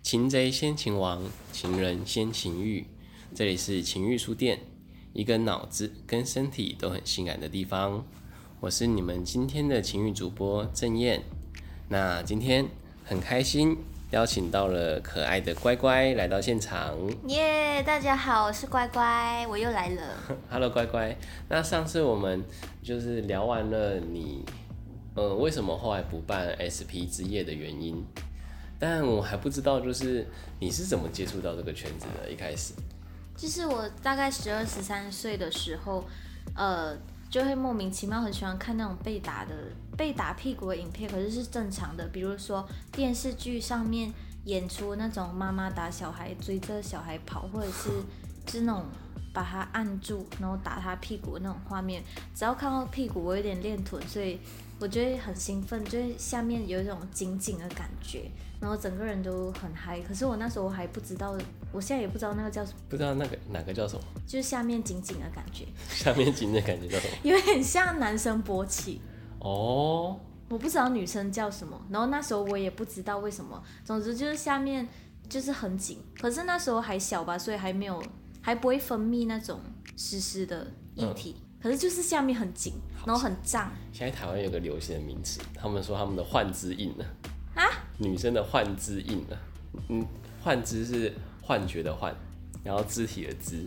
擒贼先擒王，擒人先擒欲。这里是情欲书店，一个脑子跟身体都很性感的地方。我是你们今天的情欲主播郑燕。那今天很开心，邀请到了可爱的乖乖来到现场。 耶，大家好，我是乖乖，我又来了。 Hello， 乖乖。那上次我们就是聊完了你，为什么后来不办 SP 之夜的原因，但我还不知道，就是你是怎么接触到这个圈子的？一开始， 就是我大概12、13岁的时候，就会莫名其妙很喜欢看那种被打屁股的影片，可是是正常的，比如说电视剧上面演出那种妈妈打小孩、追着小孩跑，或者是那种把他按住然后打他屁股的那种画面。只要看到屁股，我有点练臀，所以我就会很兴奋，就会下面有一种紧紧的感觉，然后整个人都很嗨。可是我那时候还不知道，我现在也不知道那个叫什么， 不知道哪个叫什么， 就是下面紧紧的感觉， 下面紧的感觉叫什么？ 有点像男生勃起。 哦， 我不知道女生叫什么，然后那时候我也不知道为什么，总之就是下面就是很紧，可是那时候还小吧，所以还不会分泌那种湿湿的液体，可是就是下面很紧，然后很胀。 现在台湾有个流行的名词，他们说他们的幻肢硬了啊， 女生的幻肢硬了。幻肢是幻觉的幻，然后肢体的肢。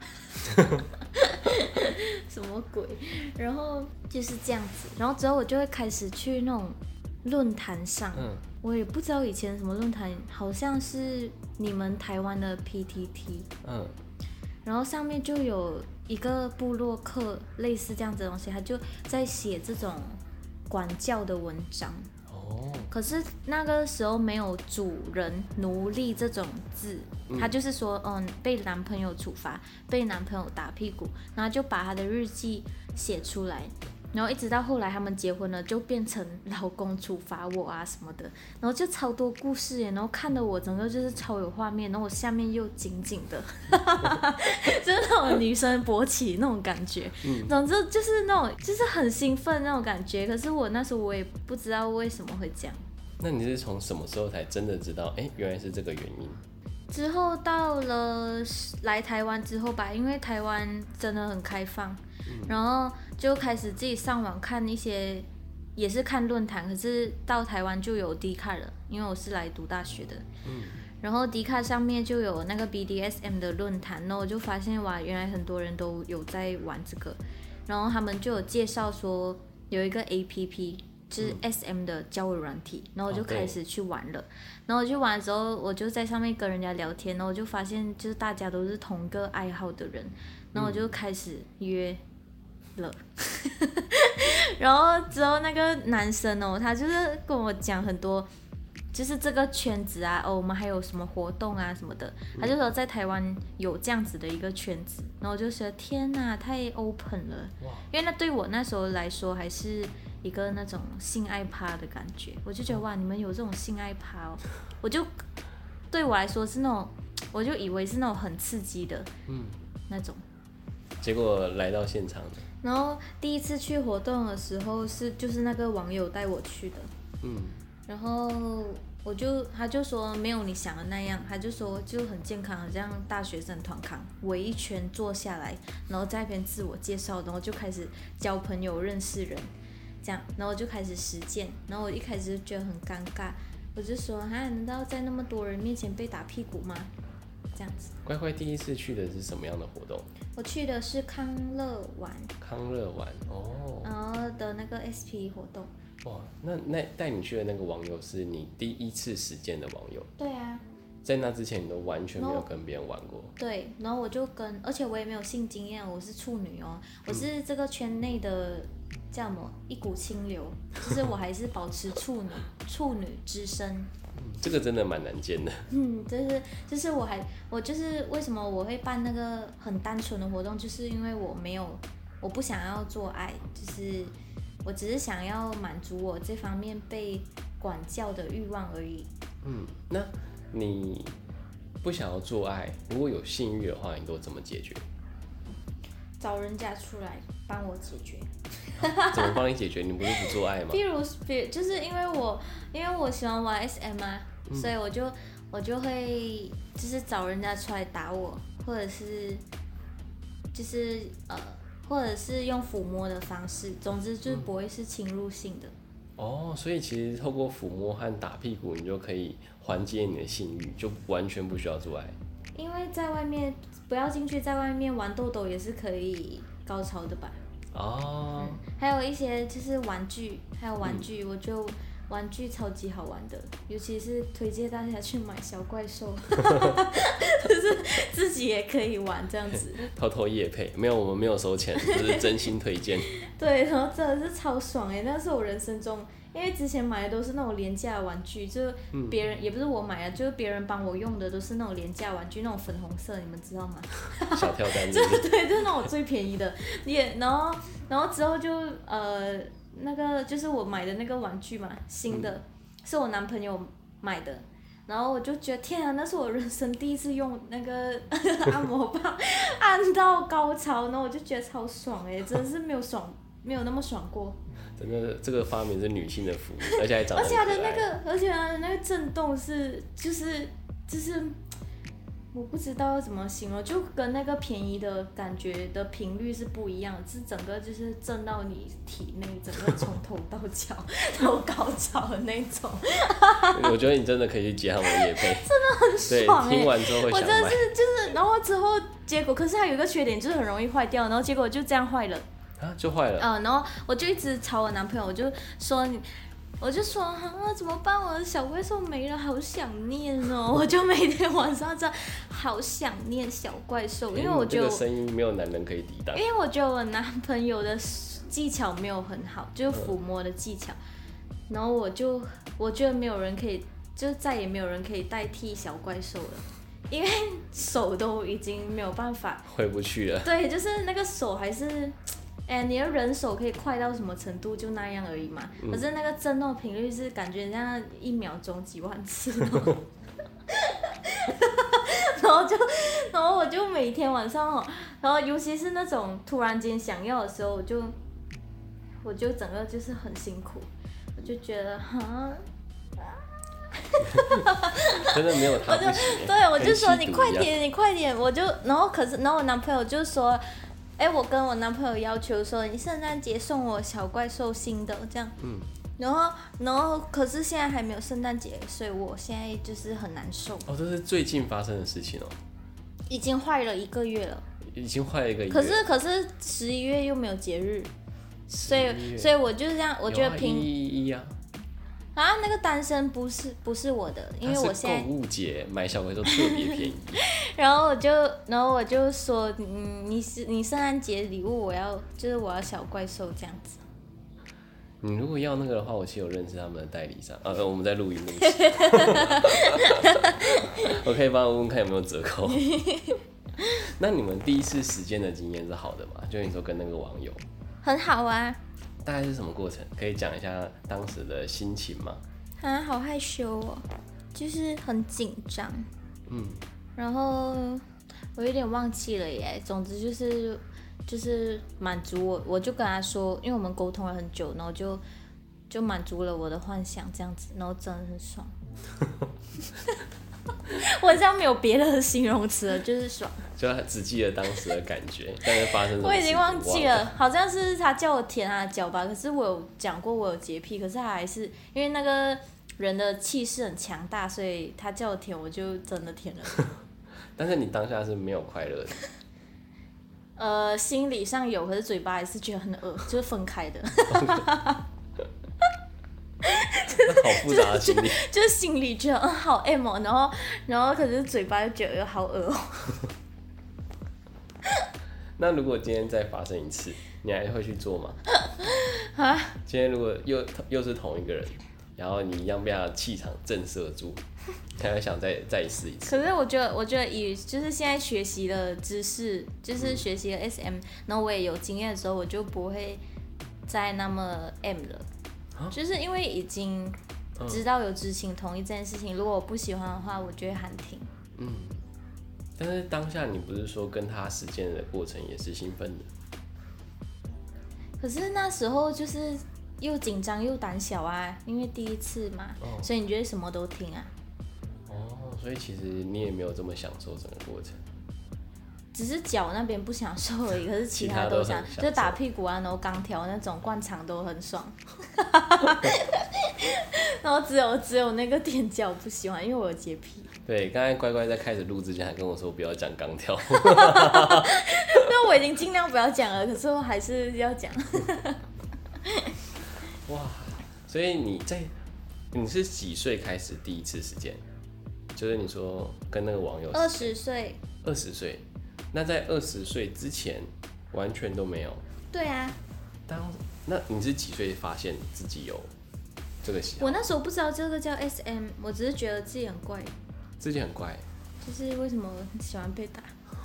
什么鬼？然后就是这样子，然后之后我就会开始去那种论坛上，我也不知道以前什么论坛，好像是你们台湾的 PTT，然后上面就有一个部落客类似这样子的东西，他就在写这种管教的文章。可是那个时候没有主人、奴隶这种字，他就是说，被男朋友处罚，被男朋友打屁股，然后就把他的日记写出来，然后一直到后来他们结婚了，就变成老公处罚我啊什么的，然后就超多故事耶，然后看得我整个就是超有画面，然后我下面又紧紧的，就是那种女生勃起那种感觉，总之就是那种就是很兴奋那种感觉，可是我那时候我也不知道为什么会这样。 那你是从什么时候才真的知道，原来是这个原因？ 之后到了来台湾之后吧，因为台湾真的很开放，然后就开始自己上网看一些，也是看论坛，可是到台湾就有 Dcard 了，因为我是来读大学的，然后 Dcard 上面就有那个 BDSM 的论坛，然后我就发现哇，原来很多人都有在玩这个，然后他们就有介绍说有一个 APP。就是 SM 的交友软体，然后我就开始去玩了，然后我去玩的时候，我就在上面跟人家聊天，然后我就发现就是大家都是同个爱好的人，然后我就开始约了，然后之后那个男生他就是跟我讲很多，就是这个圈子啊，我们还有什么活动啊什么的，他就说在台湾有这样子的一个圈子，然后我就说天哪，太 open 了，因为那对我那时候来说还是一个那种性爱趴的感觉，我就觉得哇，你们有这种性爱趴哦，我就对我来说是那种，我就以为是那种很刺激的，那种。 结果来到现场， 然后第一次去活动的时候就是那个网友带我去的，然后他就说没有你想的那样，他就说就很健康，这样大学生团康围一圈坐下来，然后在那边自我介绍，然后就开始交朋友认识人。这样，然后我就开始实践，然后我一开始就觉得很尴尬，我就说难道在那么多人面前被打屁股吗？这样子。 乖乖第一次去的是什么样的活动？ 我去的是康乐玩然后的那个 SP 活动。 哇，那带你去的那个网友是你第一次实践的网友？ 对啊。 在那之前你都完全没有跟别人玩过？对， 然后我就而且我也没有性经验，我是处女哦，我是这个圈内的叫什么一股清流，就是我还是保持处女之身。 这个真的蛮难见的。 就是我就是为什么我会办那个很单纯的活动，就是因为我不想要做爱，就是我只是想要满足我这方面被管教的欲望而已。 那你不想要做爱，如果有性欲的话，你都怎么解决？ 找人家出来帮我解决。 怎么帮你解决？你不是不做爱吗？ 比如就是因为我喜欢玩 SM 啊， 所以我就会就是找人家出来打我，或者是就是或者是用抚摸的方式，总之就是不会是侵入性的。 哦，所以其实透过抚摸和打屁股，你就可以缓解你的性欲，就完全不需要做爱。 因为在外面不要进去，在外面玩豆豆也是可以高潮的吧？ 哦， 还有一些就是玩具，我觉得玩具超级好玩的，尤其是推荐大家去买小怪兽，就是自己也可以玩这样子。 偷偷业配，没有，我们没有收钱，就是真心推荐。 对，然后真的是超爽哎，那是我人生中，因为之前买的都是那种廉价玩具，就是别人、也不是我买的，就是别人帮我用的都是那种廉价玩具，那种粉红色，你们知道吗？ 小跳蛋对，就是那种最便宜的，然后之后就那个就是我买的那个玩具嘛，新的，是我男朋友买的，然后我就觉得天啊，那是我人生第一次用那个按摩棒按到高潮，然后我就觉得超爽哎，真的是没有那么爽过。 真的，这个发明是女性的福音，而且还长得很可爱。 而且它的那个震动是就是我不知道要怎么形容，就跟那个便宜的感觉的频率是不一样的，是整个就是震到你体内，整个从头到脚都高潮的那种。 我觉得你真的可以去接他们的业配， 真的很爽听完之后会想买。 我真的是就是，然后之后结果，可是它有一个缺点，就是很容易坏掉，然后结果就这样坏了。 啊，就坏了。 然后我就一直吵我男朋友，我就说怎么办？我的小怪兽没了，好想念哦！我就每天晚上这样，好想念小怪兽，因为我觉得这个声音没有男人可以抵挡。 因为我觉得我男朋友的技巧没有很好，就是抚摸的技巧，然后我觉得没有人可以，就再也没有人可以代替小怪兽了。因为手都已经没有办法回不去了。 对，就是那个手还是，你的人手可以快到什么程度就那样而已嘛。可是那个震动频率是感觉像1秒钟几万次，然后我就每天晚上然后尤其是那种突然间想要的时候，我就整个就是很辛苦，我就觉得真的没有他不行。 对，我就说你快点，然后我男朋友就说，我跟我男朋友要求说，你圣诞节送我小怪兽新的这样，然后可是现在还没有圣诞节，所以我现在就是很难受。 哦，这是最近发生的事情哦。 已经坏了1个月了。 已经坏了1个月。 可是11月又没有节日，所以我就这样，我觉得 111 啊，那个单身不是我的，因为我现在购物节买小怪兽特别便宜。 然后我就说，你圣诞节礼物我要小怪兽这样子。 你如果要那个的话，我其实有认识他们的代理商，我们在录音录起，我可以帮他问问看有没有折扣。那你们第一次实践的经验是好的吗？就你说跟那个网友。 很好啊。 大概是什么过程？可以讲一下当时的心情吗？ 好害羞哦，就是很紧张。然后我有点忘记了耶。总之就是满足我就跟他说，因为我们沟通了很久，然后就满足了我的幻想这样子，然后真的很爽。我这样没有别的形容词了，就是爽。 就只记得当时的感觉，但是发生什么事我已经忘记了，好像是他叫我舔他的脚吧。可是我有讲过我有洁癖，可是他还是因为那个人的气势很强大，所以他叫我舔，我就真的舔了。 但是你当下是没有快乐的。心理上有，可是嘴巴还是觉得很恶，就是分开的。 好复杂的心理。 就是心里觉得好 M 哦，然后可是嘴巴又觉得好恶哦。 那如果今天再发生一次，你还会去做吗？今天如果又是同一个人，然后你一样被他气场震慑住，你还会想再试一次？ 可是我觉得以就是现在学习的知识，就是学习了 SM，然后我也有经验的时候，我就不会再那么 M 了。就是因为已经知道有知情同意这件事情，如果我不喜欢的话，我就会喊停。 但是当下你不是说跟他实践的过程也是兴奋的？ 可是那时候就是又紧张又胆小啊，因为第一次嘛，所以你觉得什么都听啊。 所以其实你也没有这么享受整个过程。 只是脚那边不享受而已，可是其他都想，就打屁股啊，然后钢条那种灌肠都很爽。然后只有那个踮脚不喜欢，因为我有洁癖。 对，刚才乖乖在开始录之前还跟我说不要讲钢条。 那我已经尽量不要讲了，可是我还是要讲。 哇，所以你是几岁开始第一次实践？就是你说跟那个网友 20岁。 20岁。那在20岁之前完全都没有。 对啊。 那你是几岁发现自己有这个喜好？ 我那时候不知道这个叫 SM， 我只是觉得自己很怪。 自己很怪。 就是为什么很喜欢被打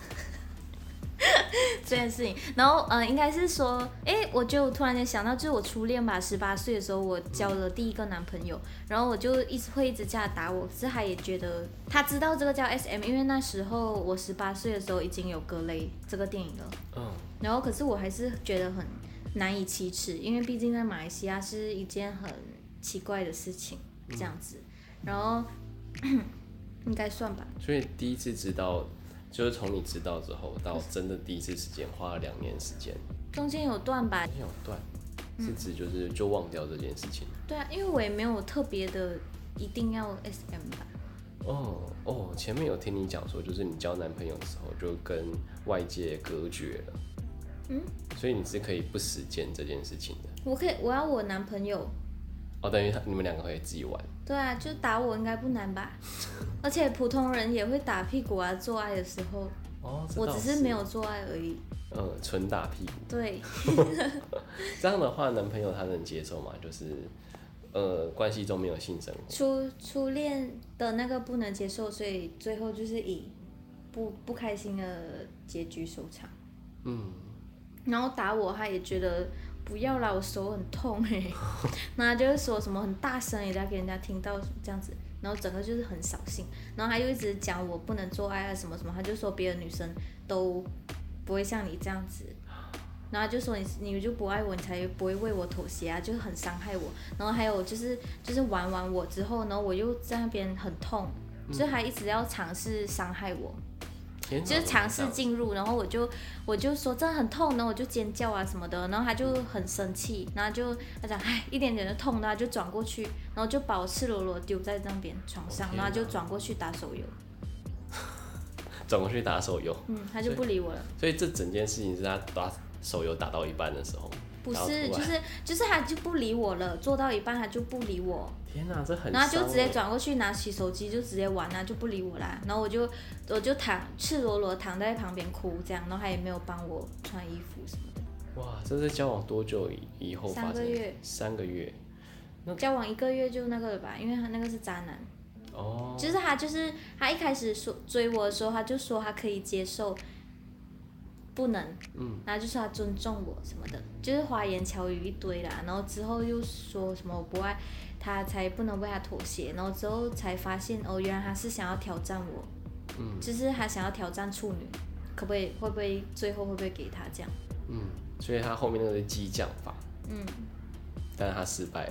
这件事情，然后应该是说，我就突然间想到，就是我初恋吧，18岁的时候我交了第一个男朋友，然后我就一直叫他打我，可是他也觉得他知道这个叫 SM， 因为那时候我18岁的时候已经有格雷这个电影了，然后可是我还是觉得很难以启齿，因为毕竟在马来西亚是一件很奇怪的事情，这样子，然后应该算吧。 所以第一次知道。就是从你知道之后到真的第一次实践，花了2年时间。 中间有断吧？ 中间有断，是指就忘掉这件事情。 对啊，因为我也没有特别的一定要 SM 吧。 前面有听你讲说，就是你交男朋友的时候就跟外界隔绝了。所以你是可以不实践这件事情的。 我要我男朋友。 等于你们2个可以自己玩。 对啊，就打我应该不难吧？而且普通人也会打屁股啊，做爱的时候。我只是没有做爱而已。 纯打屁股。 对。 这样的话，男朋友他能接受吗？就是关系中没有性生活。初恋的那个不能接受，所以最后就是以不开心的结局收场。然后打我，他也觉得。不要啦，我手很痛那他就是说什么很大声也在给人家听到这样子，然后整个就是很扫兴，然后他又一直讲我不能做爱啊什么什么，他就说别的女生都不会像你这样子，然后他就说你就不爱我，你才不会为我妥协啊，就很伤害我。然后还有就是玩完我之后，然后我又在那边很痛，所以他一直要尝试伤害我。就是尝试进入，然后我就说真的很痛，然后我就尖叫啊什么的，然后他就很生气，然后他讲一点点的痛，然后就转过去，然后就把我赤裸裸丢在那边床上，然后就转过去打手游。 转过去打手游。 他就不理我了。 所以这整件事情是他打手游打到一半的时候。 不是，就是他就不理我了，做到一半他就不理我。 天哪，这很。 然后就直接转过去拿起手机就直接玩啊，就不理我啦。然后我就赤裸裸躺在旁边哭这样，然后他也没有帮我穿衣服什么的。 哇，这是交往多久以后发生的？3个月。 交往1个月就那个了吧，因为他那个是渣男。就是他一开始追我的时候，他就说他可以接受。不能，然后就说他尊重我什么的，就是花言巧语一堆啦，然后之后又说什么我不爱他才不能为他妥协，然后之后才发现原来他是想要挑战我，就是他想要挑战处女，会不会最后会不会给他这样？ 所以他后面那个是激将法，但是他失败了。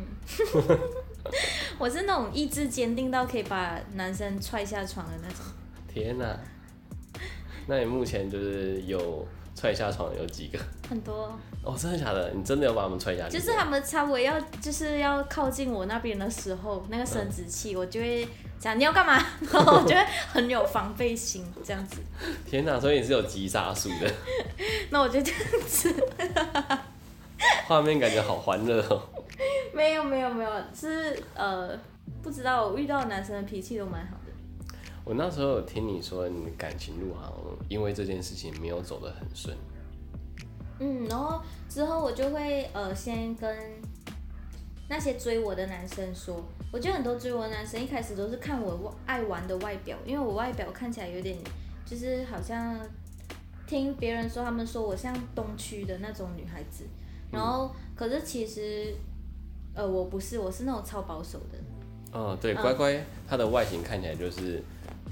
我是那种意志坚定到可以把男生踹下床的那种。 天哪！那你目前就是有踹下床的有几个？ 很多。 真的假的？你真的有把他们踹下去？ 就是他们差不多要靠近我那边的时候，那个生殖器，我就会讲你要干嘛，然后我就会很有防备心这样子。 天哪！所以你是有急杀术的。 那我就这样子。 画面感觉好欢乐哦。 没有，是不知道我遇到的男生的脾气都蛮好的。 我那时候有听你说，你的感情路好像因为这件事情没有走得很顺。 然后之后我就会先跟那些追我的男生说，我觉得很多追我的男生一开始都是看我爱玩的外表，因为我外表看起来有点就是好像听别人说，他们说我像东区的那种女孩子，然后可是其实我不是，我是那种超保守的。 对，乖乖，她的外形看起来就是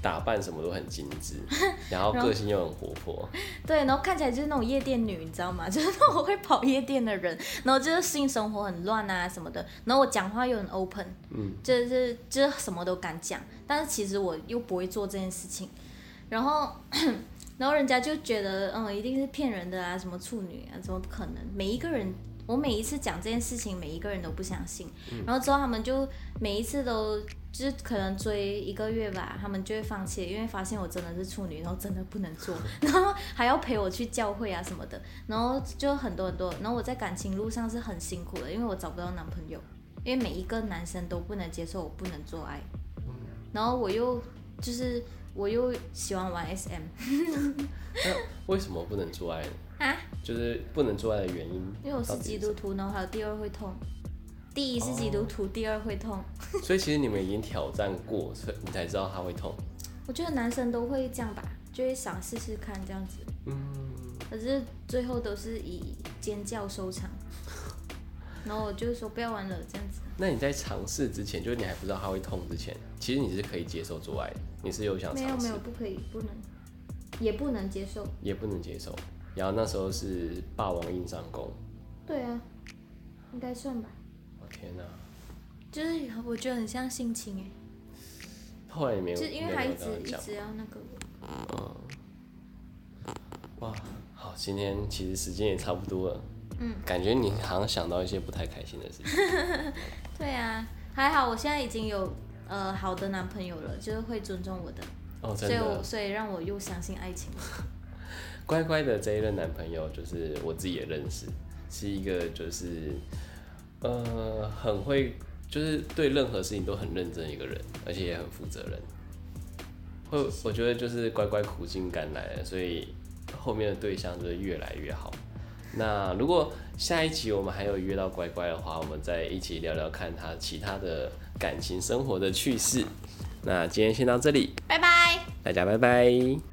打扮什么都很精致，然后个性又很活泼。 对，然后看起来就是那种夜店女，你知道吗？就是那种会跑夜店的人，然后就是性生活很乱啊什么的，然后我讲话又很 open，就是什么都敢讲，但是其实我又不会做这件事情，然后人家就觉得一定是骗人的啊，什么处女啊，怎么可能？每一个人。我每一次讲这件事情，每一个人都不相信，然后之后他们就每一次都就是可能追1个月吧，他们就会放弃，因为发现我真的是处女，然后真的不能做，然后还要陪我去教会啊什么的，然后就很多，然后我在感情路上是很辛苦的，因为我找不到男朋友，因为每一个男生都不能接受我不能做爱，然后我又喜欢玩 SM， 那为什么不能做爱呢？ 啊？ 就是不能做爱的原因？ 因为我是基督徒，然后还有第2会痛。第一是基督徒，第2会痛。 所以其实你们已经挑战过，所以你才知道它会痛。 我觉得男生都会这样吧，就会想试试看这样子。可是最后都是以尖叫收场。然后我就说不要玩了这样子。 那你在尝试之前，就是你还不知道它会痛之前，其实你是可以接受做爱的，你是有想尝试？ 没有，不可以，不能，也不能接受。 也不能接受。然后那时候是霸王硬上弓。 对啊，应该算吧。 我天哪！ 就是我觉得很像性侵哎。 后来也没有， 就是因为他一直要那个。 哇，好，今天其实时间也差不多了。感觉你好像想到一些不太开心的事情。 对啊，还好我现在已经有好的男朋友了，就是会尊重我的。 哦，真的。 所以让我又相信爱情了。 乖乖的这一任男朋友，就是我自己也认识，是一个就是很会，就是对任何事情都很认真的一个人，而且也很负责任。我觉得就是乖乖苦尽甘来了，所以后面的对象就是越来越好。那如果下一集我们还有约到乖乖的话，我们再一起聊聊看他其他的感情生活的趣事。那今天先到这里， 拜拜， 大家拜拜。